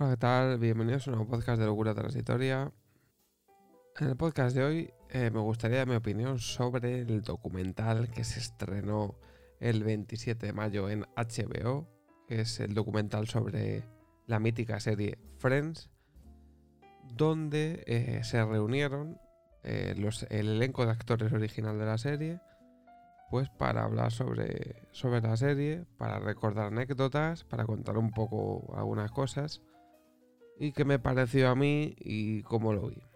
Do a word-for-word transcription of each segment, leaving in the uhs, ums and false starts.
Hola, ¿qué tal? Bienvenidos a un nuevo podcast de Locura Transitoria. En el podcast de hoy eh, me gustaría dar mi opinión sobre el documental que se estrenó el veintisiete de mayo en H B O, que es el documental sobre la mítica serie Friends, donde eh, se reunieron eh, los, el elenco de actores original de la serie, pues para hablar sobre, sobre la serie, para recordar anécdotas, para contar un poco algunas cosas y qué me pareció a mí y cómo lo vi.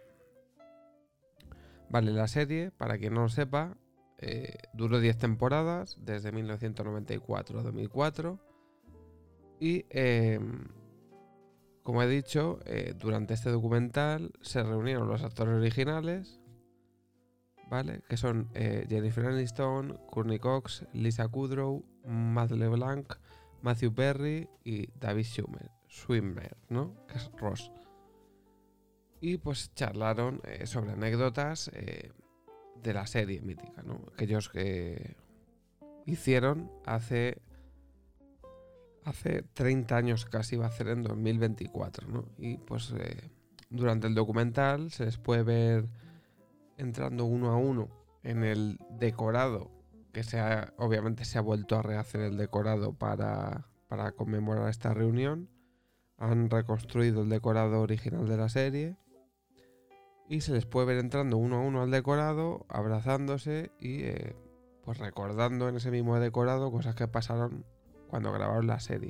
Vale, la serie, para quien no lo sepa, eh, duró diez temporadas, desde mil novecientos noventa y cuatro a dos mil cuatro. Y, eh, como he dicho, eh, durante este documental se reunieron los actores originales, ¿vale? Que son eh, Jennifer Aniston, Courtney Cox, Lisa Kudrow, Matt LeBlanc, Matthew Perry y David Schwimmer, Schwimmer, ¿no? Que es Ross. Y pues charlaron eh, sobre anécdotas eh, de la serie mítica, ¿no? Que ellos eh, hicieron hace hace treinta años, casi va a ser en dos mil veinticuatro, ¿no? Y pues eh, durante el documental se les puede ver entrando uno a uno en el decorado, que se ha, obviamente se ha vuelto a rehacer el decorado para, para conmemorar esta reunión. Han reconstruido el decorado original de la serie y se les puede ver entrando uno a uno al decorado, abrazándose y eh, pues recordando en ese mismo decorado cosas que pasaron cuando grabaron la serie.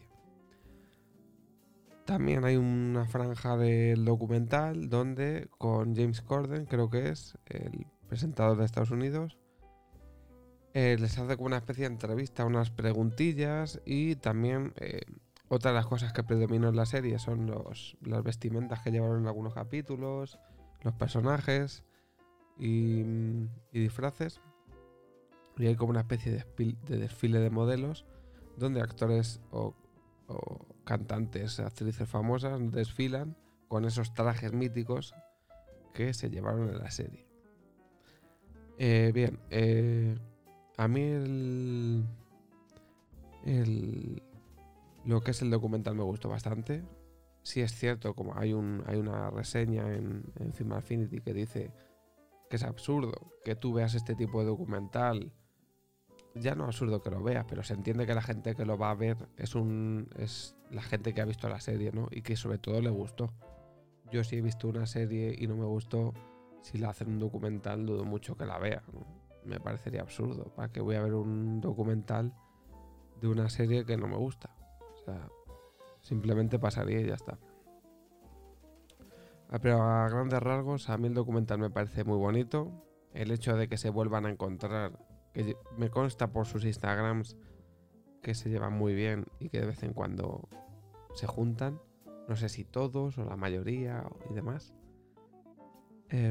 También hay una franja del documental donde con James Corden, creo que es el presentador de Estados Unidos, eh, les hace como una especie de entrevista, unas preguntillas, y también eh, otra de las cosas que predominó en la serie son los, las vestimentas que llevaron en algunos capítulos, los personajes y, y disfraces. Y hay como una especie de, espil, de desfile de modelos donde actores o, o cantantes, actrices famosas desfilan con esos trajes míticos que se llevaron en la serie. Eh, bien, eh, a mí el, el, lo que es el documental me gustó bastante. Sí es cierto, como hay, un, hay una reseña en, en Film Affinity que dice que es absurdo que tú veas este tipo de documental. Ya no es absurdo que lo veas, pero se entiende que la gente que lo va a ver es un es la gente que ha visto la serie, ¿no? Y que sobre todo le gustó. Yo si he visto una serie y no me gustó, si la hacen un documental dudo mucho que la vea, ¿no? Me parecería absurdo. ¿Para qué voy a ver un documental de una serie que no me gusta? O sea, simplemente pasaría y ya está. Pero a grandes rasgos, a mí el documental me parece muy bonito. El hecho de que se vuelvan a encontrar, que me consta por sus Instagrams que se llevan muy bien y que de vez en cuando se juntan, no sé si todos o la mayoría y demás, eh,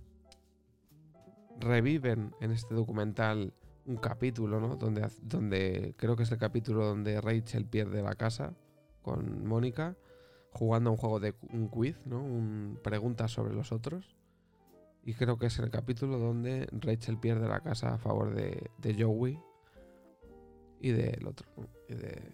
reviven en este documental un capítulo, ¿no? Donde, donde creo que es el capítulo donde Rachel pierde la casa con Mónica, jugando a un juego de un quiz, ¿no? Un preguntas sobre los otros. Y creo que es el capítulo donde Rachel pierde la casa a favor de, de Joey y del otro, ¿no? Y de...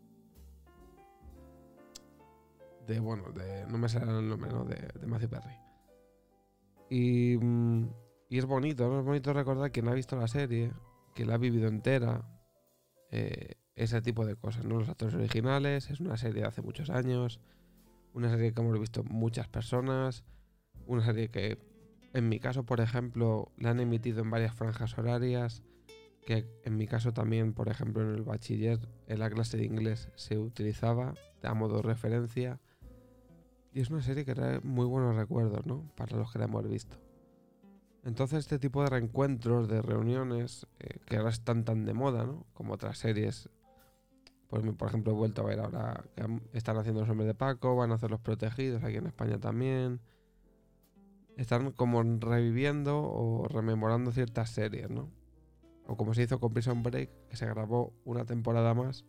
De, bueno, de... No me sale el nombre, ¿no? De, de Matthew Perry. Y, y es bonito, ¿no? Es bonito recordar quien ha visto la serie, quien la ha vivido entera, eh, ese tipo de cosas, ¿no? Los actores originales, es una serie de hace muchos años, una serie que hemos visto muchas personas, una serie que... En mi caso, por ejemplo, la han emitido en varias franjas horarias, que en mi caso también, por ejemplo, en el bachiller, en la clase de inglés se utilizaba a modo de referencia. Y es una serie que trae muy buenos recuerdos, ¿no? Para los que la hemos visto. Entonces, este tipo de reencuentros, de reuniones, eh, que ahora están tan de moda, ¿no? Como otras series. Pues, por ejemplo, he vuelto a ver ahora que están haciendo Los Hombres de Paco, van a hacer Los Protegidos aquí en España también. Están como reviviendo o rememorando ciertas series, ¿no? O como se hizo con Prison Break, que se grabó una temporada más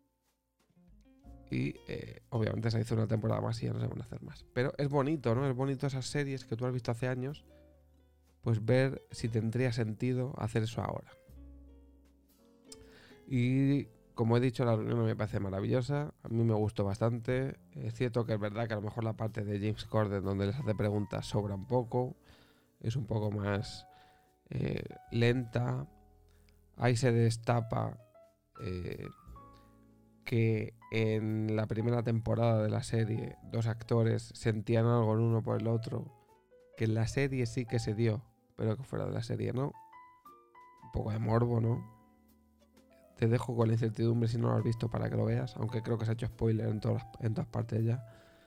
y eh, obviamente se hizo una temporada más y ya no se van a hacer más. Pero es bonito, ¿no? Es bonito esas series que tú has visto hace años, pues ver si tendría sentido hacer eso ahora. Y como he dicho, la reunión me parece maravillosa. A mí me gustó bastante. Es cierto que es verdad que a lo mejor la parte de James Corden, donde les hace preguntas, sobra un poco. Es un poco más eh, lenta. Ahí se destapa eh, que en la primera temporada de la serie dos actores sentían algo el uno por el otro, que en la serie sí que se dio, pero que fuera de la serie no. Un poco de morbo, ¿no? Te dejo con la incertidumbre si no lo has visto para que lo veas, aunque creo que se ha hecho spoiler en todas, en todas partes ya.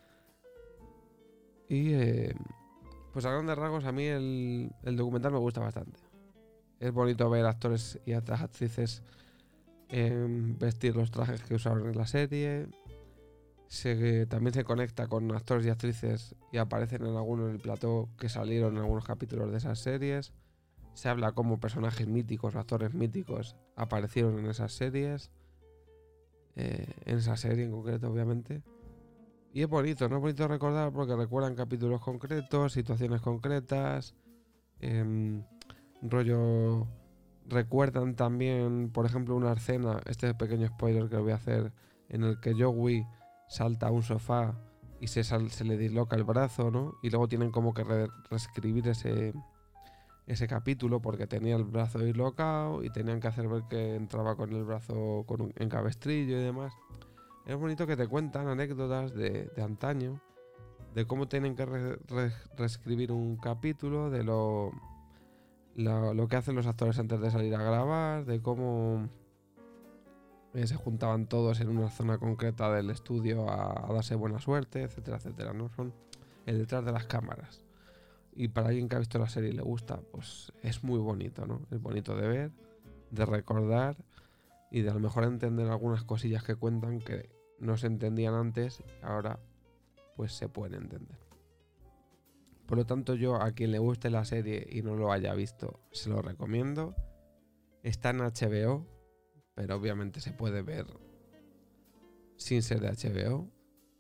Y eh, pues a grandes rasgos a mí el, el documental me gusta bastante. Es bonito ver actores y actrices eh, vestir los trajes que usaron en la serie. Se, también se conecta con actores y actrices y aparecen en algunos del plató que salieron en algunos capítulos de esas series. Se habla como personajes míticos o actores míticos aparecieron en esas series. Eh, en esa serie en concreto, obviamente. Y es bonito, ¿no? Es bonito recordar porque recuerdan capítulos concretos, situaciones concretas. Eh, rollo... Recuerdan también, por ejemplo, una escena, este pequeño spoiler que voy a hacer, en el que Joey salta a un sofá y se, sal, se le disloca el brazo, ¿no? Y luego tienen como que re reescribir ese, ese capítulo porque tenía el brazo dislocado y tenían que hacer ver que entraba con el brazo con un, en cabestrillo y demás. Es bonito que te cuentan anécdotas de, de antaño, de cómo tienen que re, re, reescribir un capítulo, de lo... Lo, lo que hacen los actores antes de salir a grabar, de cómo eh, se juntaban todos en una zona concreta del estudio a, a darse buena suerte, etcétera, etcétera, ¿no? Son el detrás de las cámaras. Y para alguien que ha visto la serie y le gusta, pues es muy bonito, ¿no? Es bonito de ver, de recordar y de a lo mejor entender algunas cosillas que cuentan que no se entendían antes y ahora pues se pueden entender. Por lo tanto, yo a quien le guste la serie y no lo haya visto, se lo recomiendo. Está en H B O, pero obviamente se puede ver sin ser de H B O.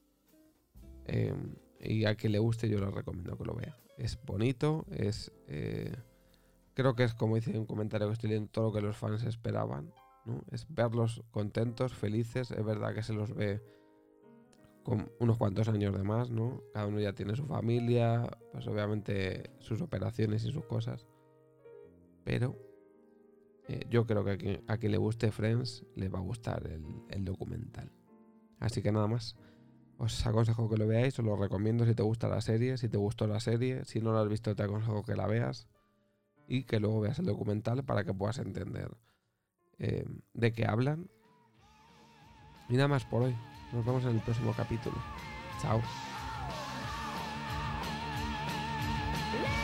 Eh, y a quien le guste yo le recomiendo que lo vea. Es bonito, es eh, creo que es, como dice un comentario que estoy leyendo, todo lo que los fans esperaban, ¿no? Es verlos contentos, felices. Es verdad que se los ve con unos cuantos años de más, ¿no? Cada uno ya tiene su familia, pues obviamente sus operaciones y sus cosas. Pero eh, yo creo que a quien, a quien le guste Friends le va a gustar el, el documental. Así que nada más. Os aconsejo que lo veáis, os lo recomiendo si te gusta la serie, si te gustó la serie. Si no la has visto, te aconsejo que la veas y que luego veas el documental para que puedas entender eh, de qué hablan. Y nada más por hoy. Nos vemos en el próximo capítulo. Chao.